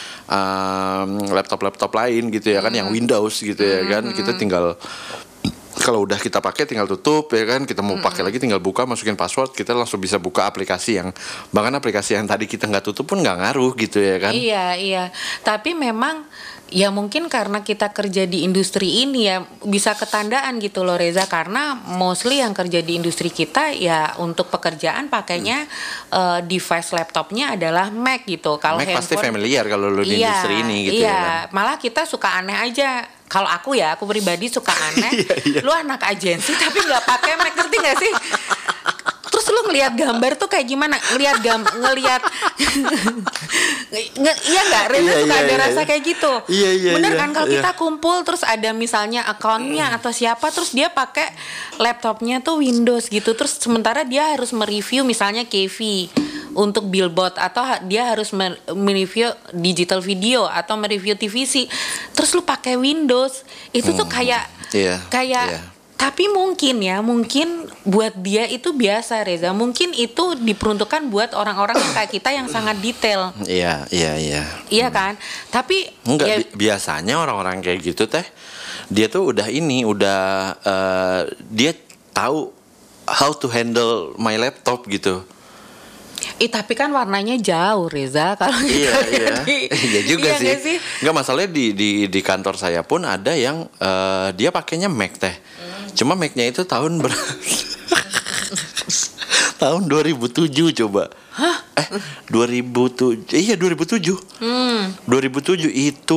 laptop lain gitu ya kan, yang Windows gitu ya kan. Kita tinggal, kalau udah kita pakai tinggal tutup ya kan, kita mau pakai lagi tinggal buka, masukin password, kita langsung bisa buka aplikasi yang, bahkan aplikasi yang tadi kita nggak tutup pun nggak ngaruh gitu ya kan. Iya. Tapi memang ya mungkin karena kita kerja di industri ini ya bisa ketandaan gitu loh Reza, karena mostly yang kerja di industri kita ya untuk pekerjaan pakainya device laptopnya adalah Mac gitu. Kalau Mac handphone pasti familiar kalau lu di industri ini gitu ya kan. Malah kita suka aneh aja. Kalau aku pribadi suka aneh. Lu anak agensi tapi nggak pakai Mac, ngerti nggak sih? Terus lu ngelihat gambar tuh kayak gimana? Ngelihat iya nggak? Reza suka ada rasa kayak gitu. Bener kan kalau kita kumpul terus ada misalnya akunnya atau siapa, terus dia pakai laptopnya tuh Windows gitu, terus sementara dia harus mereview misalnya KV untuk billboard, atau dia harus mereview digital video atau mereview TVC, terus lu pakai Windows itu tuh kayak tapi mungkin buat dia itu biasa Reza. Mungkin itu diperuntukkan buat orang-orang yang kayak kita yang sangat detail. Iya. Iya kan? Tapi enggak, biasanya orang-orang kayak gitu teh, dia tuh udah dia tahu how to handle my laptop gitu. Tapi kan warnanya jauh Reza kalau iya juga sih. Enggak, masalahnya di kantor saya pun ada yang dia pakainya Mac teh. Cuma Mac-nya itu tahun tahun 2007 coba. Hah? 2007. Iya 2007. 2007 itu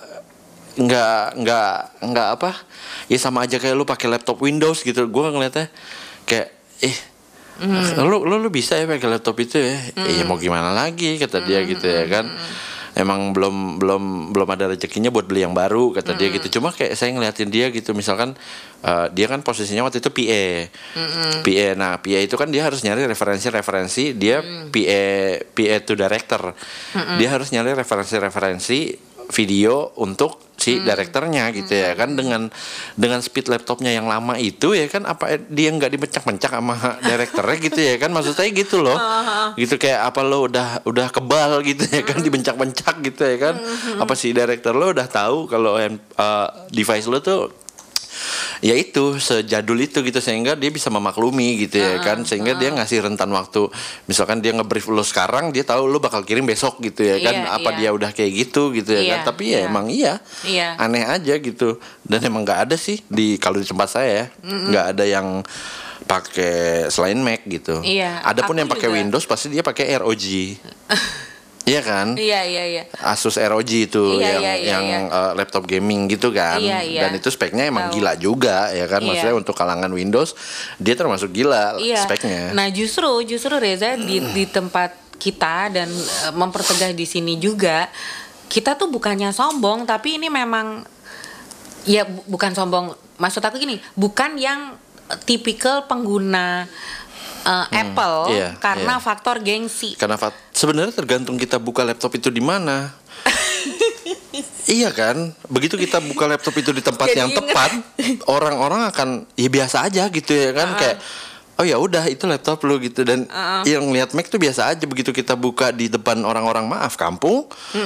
nggak apa? Ya sama aja kayak lu pakai laptop Windows gitu. Gua ngeliatnya kayak lu bisa ya pakai laptop itu ya. Ya mau gimana lagi kata dia gitu ya kan. Emang belum ada rezekinya buat beli yang baru kata dia gitu. Cuma kayak saya ngeliatin dia gitu, misalkan dia kan posisinya waktu itu PA. Nah PA itu kan dia harus nyari referensi dia PA to director. Dia harus nyari referensi video untuk si direkturnya gitu ya kan, dengan speed laptopnya yang lama itu ya kan, apa dia nggak dipencak-pencak sama direkturnya gitu ya kan, maksud saya gitu loh. Gitu kayak apa lo udah kebal gitu ya kan, dibencak-bencak gitu ya kan. Apa si direktur lo udah tahu kalau device lo tuh ya itu sejadul itu gitu, sehingga dia bisa memaklumi gitu ya kan, sehingga dia ngasih rentan waktu, misalkan dia nge-brief lo sekarang, dia tahu lo bakal kirim besok gitu ya kan. Dia udah kayak gitu ya kan. Tapi ya emang aneh aja gitu. Dan emang nggak ada sih kalau di tempat saya nggak ada yang pakai selain Mac gitu. Adapun yang pakai Windows pasti dia pakai ROG. Iya kan? Iya. Asus ROG itu yang laptop gaming gitu kan. Dan itu speknya emang gila juga ya kan. Maksudnya untuk kalangan Windows dia termasuk gila speknya. Nah, justru Reza di tempat kita dan mempertegas di sini juga, kita tuh bukannya sombong, tapi ini memang ya bukan sombong. Maksud aku gini, bukan yang tipikal pengguna Apple karena faktor gengsi. Karena sebenarnya tergantung kita buka laptop itu di mana. Iya kan, begitu kita buka laptop itu di tempat yang tepat, orang-orang akan ya biasa aja gitu ya kan, kayak oh ya udah itu laptop lu gitu. Dan yang lihat Mac tuh biasa aja, begitu kita buka di depan orang-orang, maaf kampung.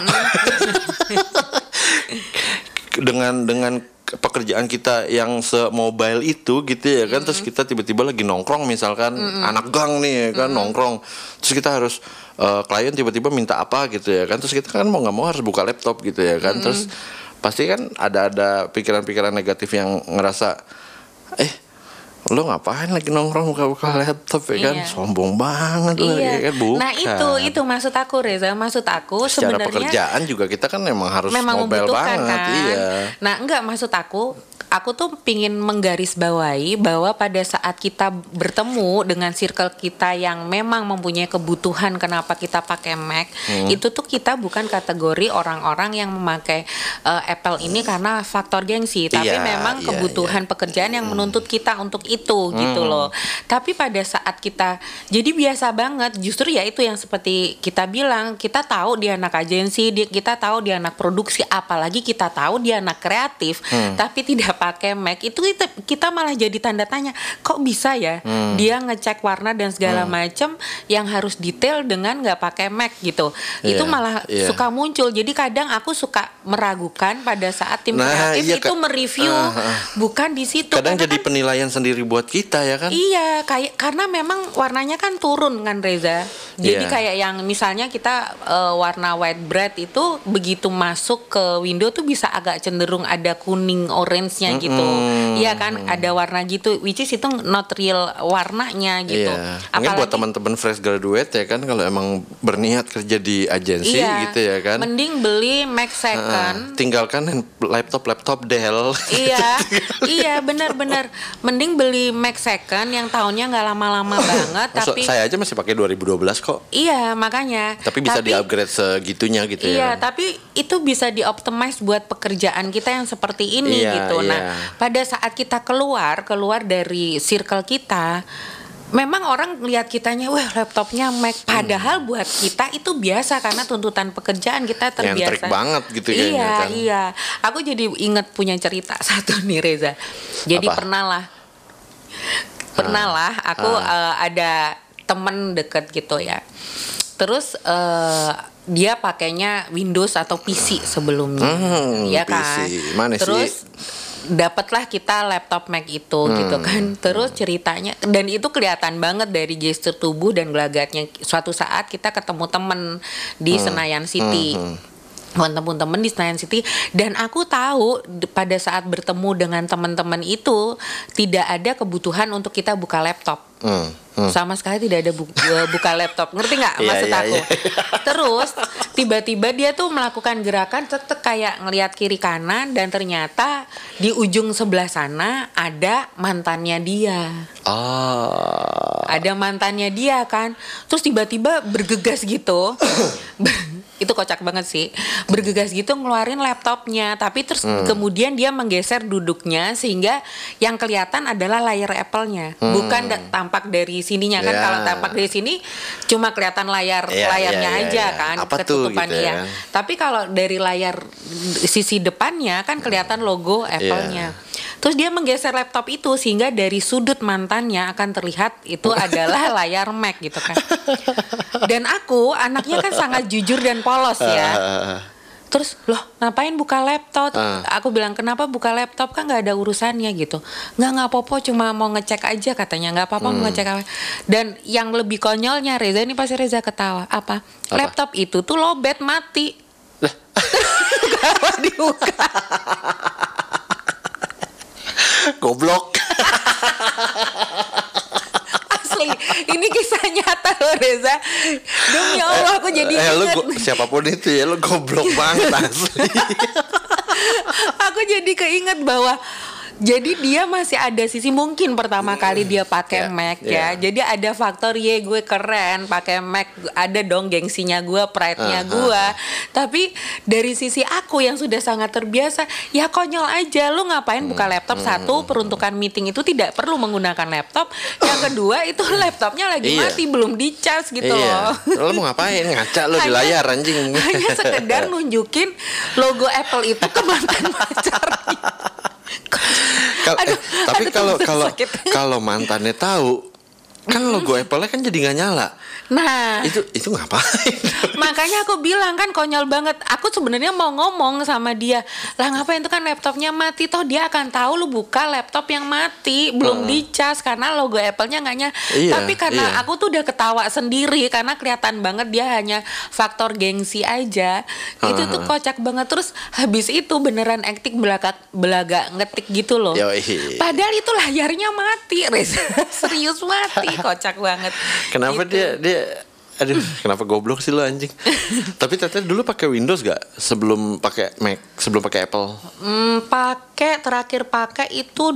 dengan pekerjaan kita yang se-mobile itu gitu ya kan, terus kita tiba-tiba lagi nongkrong misalkan, anak gang nih ya kan, nongkrong, terus kita harus klien tiba-tiba minta apa gitu ya kan, terus kita kan mau nggak mau harus buka laptop gitu ya kan. Terus pasti kan ada pikiran-pikiran negatif yang ngerasa lo ngapain lagi nongkrong buka-buka laptop ya kan, sombong banget lo ya kan. Bukan. Nah itu maksud aku Reza, sebenarnya secara pekerjaan juga kita kan memang harus mobile banget kan? Nah enggak, maksud aku aku tuh pingin menggarisbawahi bahwa pada saat kita bertemu dengan circle kita yang memang mempunyai kebutuhan kenapa kita pakai Mac, itu tuh kita bukan kategori orang-orang yang memakai Apple ini karena faktor gengsi, tapi memang kebutuhan pekerjaan yang menuntut kita untuk itu gitu loh. Tapi pada saat kita jadi biasa banget, justru ya itu yang seperti kita bilang, kita tahu dia anak agensi, kita tahu dia anak produksi, apalagi kita tahu dia anak kreatif, tapi tidak pakai Mac, itu kita malah jadi tanda tanya, kok bisa ya dia ngecek warna dan segala macam yang harus detail dengan nggak pakai Mac gitu. Itu malah suka muncul. Jadi kadang aku suka meragukan pada saat tim kreatif itu mereview bukan di situ. Kadang jadi kan, penilaian sendiri buat kita ya kan? Iya, kayak karena memang warnanya kan turun kan Reza. Jadi kayak yang misalnya kita warna white bread itu begitu masuk ke window tuh bisa agak cenderung ada kuning orange-nya gitu. Iya kan, ada warna gitu, which is itu not real warnanya gitu. Apalagi buat teman-teman fresh graduate ya kan, kalau emang berniat kerja di agensi gitu ya kan. Mending beli Mac second. Tinggalkan laptop Dell. Iya benar-benar. Mending beli Mac second yang tahunnya nggak lama-lama banget. Tapi saya aja masih pakai 2012 kok. Iya makanya. Tapi bisa di-upgrade segitunya gitu ya. Iya, tapi itu bisa di-optimize buat pekerjaan kita yang seperti ini gitu. Nah, pada saat kita keluar dari circle kita, memang orang lihat kitanya, wah laptopnya Mac. Padahal buat kita itu biasa karena tuntutan pekerjaan kita terbiasa. Nyentrik banget gitu kayaknya kan. Iya. Aku jadi inget punya cerita satu nih Reza. Jadi pernah lah aku ada temen deket gitu ya. Terus dia pakainya Windows atau PC sebelumnya, ya kan. PC. Mana terus dapatlah kita laptop Mac itu gitu kan. Terus ceritanya, dan itu kelihatan banget dari gestur tubuh dan gelagatnya. Suatu saat kita ketemu temen di Senayan City. Teman-teman di Senayan City, dan aku tahu pada saat bertemu dengan teman-teman itu tidak ada kebutuhan untuk kita buka laptop. Sama sekali tidak ada buka laptop, ngerti nggak maksud aku? Terus tiba-tiba dia tuh melakukan gerakan kayak ngelihat kiri kanan, dan ternyata di ujung sebelah sana ada mantannya dia. Ada mantannya dia kan, terus tiba-tiba bergegas gitu. Itu kocak banget sih, bergegas gitu ngeluarin laptopnya, tapi terus kemudian dia menggeser duduknya sehingga yang kelihatan adalah layar Apple-nya, bukan tampak dari sininya kan. Kalau tampak dari sini cuma kelihatan layarnya aja kan, ketutupan gitu ya. Tapi kalau dari layar sisi depannya kan kelihatan logo Apple-nya. Terus dia menggeser laptop itu sehingga dari sudut mantannya akan terlihat itu adalah layar Mac gitu kan. Dan aku anaknya kan sangat jujur dan polos ya. Terus loh ngapain buka laptop? Aku bilang kenapa buka laptop, kan nggak ada urusannya gitu. Nggak apa-apa, cuma mau ngecek aja katanya. Nggak apa-apa mau ngecek apa. Dan yang lebih konyolnya Reza, ini pasti Reza ketawa. Apa? Laptop itu tuh lowbat mati. Kenapa dibuka? Goblok. Asli, ini kisah nyata loh Reza. Demi Allah aku jadi ingat. Siapapun itu ya, lo goblok banget asli. Aku jadi keinget bahwa jadi dia masih ada sisi, mungkin pertama kali dia pakai Mac ya. Jadi ada faktor gue keren pakai Mac, ada dong gengsinya gue, pride-nya gue. Tapi dari sisi aku yang sudah sangat terbiasa, ya konyol aja. Lu ngapain buka laptop? Satu, peruntukan meeting itu tidak perlu menggunakan laptop. Yang kedua, itu laptopnya lagi mati, belum di-charge gitu loh. Lu mau ngapain? Ngaca lu di layar anjing. Hanya sekedar nunjukin logo Apple itu ke mantan pacarnya. Tapi kalau mantannya tahu, kan logo Apple-nya kan jadi nggak nyala. Nah, itu ngapain? Makanya aku bilang kan konyol banget. Aku sebenarnya mau ngomong sama dia, lah ngapain, itu kan laptopnya mati, toh dia akan tahu lu buka laptop yang mati belum dicas karena logo Apple-nya nggak nyala. Tapi karena aku tuh udah ketawa sendiri karena kelihatan banget dia hanya faktor gengsi aja. Itu tuh kocak banget. Terus habis itu beneran acting belaga ngetik gitu loh. Padahal itu layarnya mati, Reza. Serius mati, kocak banget. Kenapa gitu. dia aduh kenapa goblok sih lo anjing. Tapi Teteh dulu pakai Windows gak sebelum pakai Mac, sebelum pakai Apple? Terakhir pakai itu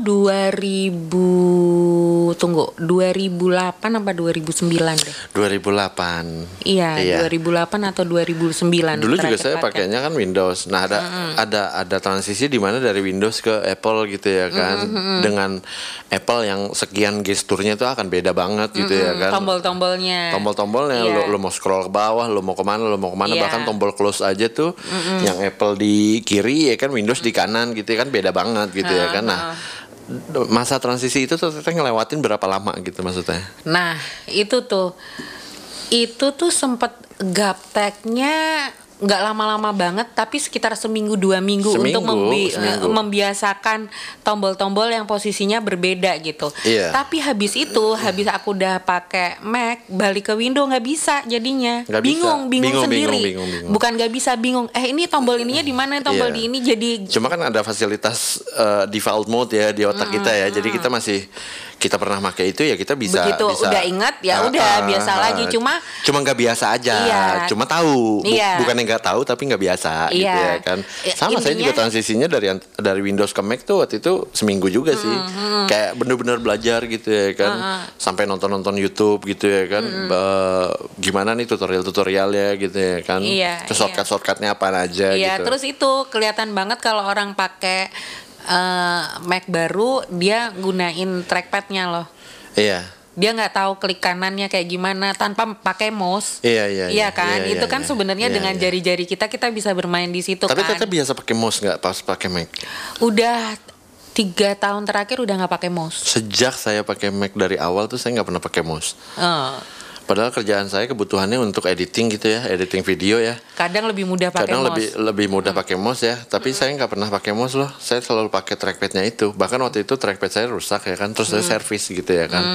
2008 apa 2009 deh. 2008. Iya. 2008 atau 2009. Dulu juga saya pakainya kan Windows. Nah, ada transisi di mana dari Windows ke Apple gitu ya kan. Dengan Apple yang sekian gesturnya itu akan beda banget gitu ya kan. Tombol-tombolnya. Lo mau scroll ke bawah, lo mau kemana, bahkan tombol close aja tuh yang Apple di kiri ya kan, Windows di kanan gitu ya kan, beda banget gitu ya kan. Nah, masa transisi itu tuh Teteh ngelewatin berapa lama gitu maksudnya? Nah, itu tuh sempet gapteknya nggak lama-lama banget, tapi sekitar seminggu 2 minggu untuk membiasakan tombol-tombol yang posisinya berbeda gitu. Tapi habis aku udah pakai Mac, balik ke Windows nggak bisa jadinya. Bingung sendiri. Bukan nggak bisa, bingung. Ini tombol ininya di mana, tombol di ini jadi. Cuma kan ada fasilitas default mode ya di otak kita ya. Jadi kita pernah pakai itu ya, kita bisa udah ingat ya udah biasa lagi, cuma nggak biasa aja. Cuma tahu bukan yang nggak tahu tapi nggak biasa gitu ya kan. Sama intinya, saya juga transisinya dari Windows ke Mac tuh waktu itu seminggu juga sih. Kayak bener-bener belajar gitu ya kan. Sampai nonton YouTube gitu ya kan. Gimana nih tutorial-tutorialnya gitu ya kan. Terus shortcut-shortcutnya apa aja gitu. Terus itu kelihatan banget kalau orang pakai Mac baru, dia gunain trackpadnya loh. Dia nggak tahu klik kanannya kayak gimana tanpa pakai mouse. Iya kan. Itu kan sebenarnya dengan jari-jari kita bisa bermain di situ. Tapi kan. Teteh biasa pakai mouse nggak pas pakai Mac? Udah 3 tahun terakhir udah nggak pakai mouse. Sejak saya pakai Mac dari awal tuh saya nggak pernah pakai mouse. Padahal kerjaan saya kebutuhannya untuk editing gitu ya, editing video ya. Kadang lebih mudah pakai mouse. lebih mudah pakai mouse ya. Tapi saya nggak pernah pakai mouse loh. Saya selalu pakai trackpadnya itu. Bahkan waktu itu trackpad saya rusak ya kan, terus saya servis gitu ya kan.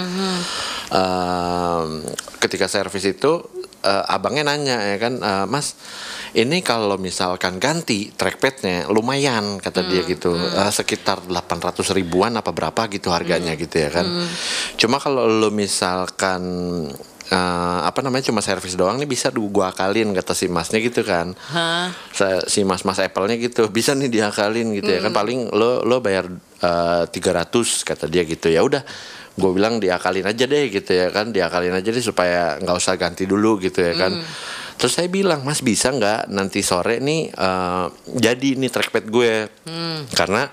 Ketika servis itu abangnya nanya ya kan, Mas, ini kalau misalkan ganti trackpadnya lumayan kata dia gitu, sekitar 800 ribuan apa berapa gitu harganya gitu ya kan. Cuma kalau lo misalkan cuma servis doang nih bisa gua akalin kata si masnya gitu kan. Si mas Apple-nya gitu bisa nih diakalin gitu ya kan, paling lo bayar 300 kata dia gitu. Ya udah gue bilang diakalin aja deh gitu ya kan, diakalin aja deh supaya nggak usah ganti dulu gitu ya kan. Terus saya bilang, Mas bisa nggak nanti sore nih jadi nih trackpad gue, karena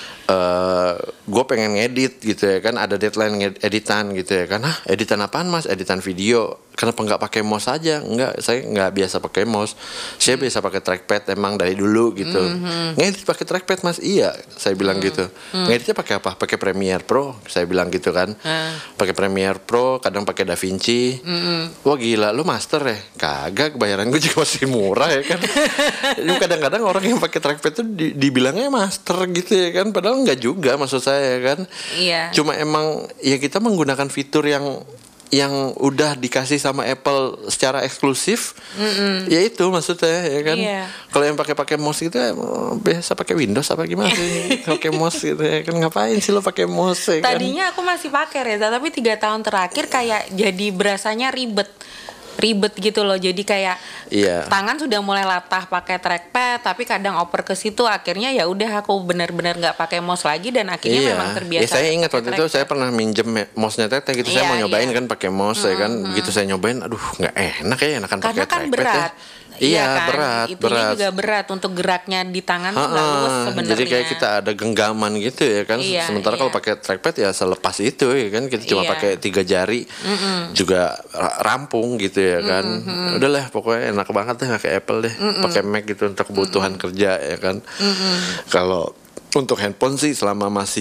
gue pengen ngedit gitu ya kan, ada deadline editan gitu ya kan. Editan apaan Mas? Editan video. Kenapa nggak pakai mouse aja? Nggak, saya nggak biasa pakai mouse. Saya biasa pakai trackpad emang dari dulu gitu. Ngedit pakai trackpad Mas? Iya, saya bilang gitu. Ngeditnya pakai apa? Pakai Premiere Pro, saya bilang gitu kan. Pakai Premiere Pro, kadang pakai DaVinci. Wah gila, lu master ya? Kagak, bayaran gue juga masih murah ya kan. Kadang-kadang orang yang pakai trackpad tuh dibilangnya master gitu ya kan. Padahal nggak juga maksud saya kan. Cuma emang ya kita menggunakan fitur yang udah dikasih sama Apple secara eksklusif, ya itu maksudnya ya kan. Kalau yang pakai mouse gitu biasa pakai Windows apa gimana sih pakai mouse gitu ya kan, ngapain sih lo pakai mouse ya kan? Tadinya aku masih pakai Reza, tapi 3 tahun terakhir kayak jadi berasanya ribet gitu loh. Jadi kayak tangan sudah mulai latah pakai trackpad, tapi kadang oper ke situ, akhirnya ya udah aku benar-benar nggak pakai mouse lagi, dan akhirnya memang terbiasa. Saya ingat waktu itu saya pernah minjem mouse-nya Teteh gitu. Saya mau nyobain kan pakai mouse ya kan. Begitu saya nyobain, aduh nggak enak ya, enakan pakai trackpad. Karena kan berat. Berat. Itunya juga berat untuk geraknya di tangan tuh nggak luas sebenarnya. Jadi kayak kita ada genggaman gitu ya kan. Sementara kalau pakai trackpad ya selepas itu ya kan, kita cuma pakai 3 jari juga rampung gitu ya kan. Udahlah pokoknya enak banget deh pakai Apple deh, pakai Mac gitu untuk kebutuhan kerja ya kan. Kalau untuk handphone sih selama masih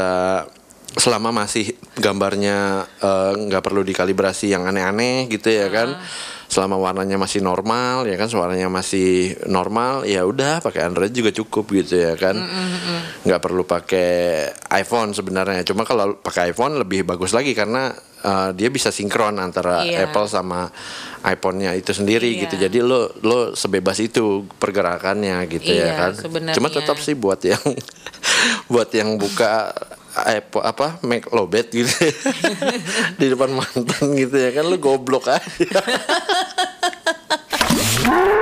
gambarnya nggak perlu dikalibrasi yang aneh-aneh gitu ya kan. Selama warnanya masih normal ya kan, suaranya masih normal, ya udah pakai Android juga cukup gitu ya kan. Nggak perlu pakai iPhone sebenarnya. Cuma kalau pakai iPhone lebih bagus lagi karena dia bisa sinkron antara Apple sama iPhone-nya itu sendiri gitu. Jadi lo sebebas itu pergerakannya gitu ya kan. Sebenarnya. Cuma tetap sih buat yang buka make lobet gitu di depan mantan gitu ya kan, lu goblok aja.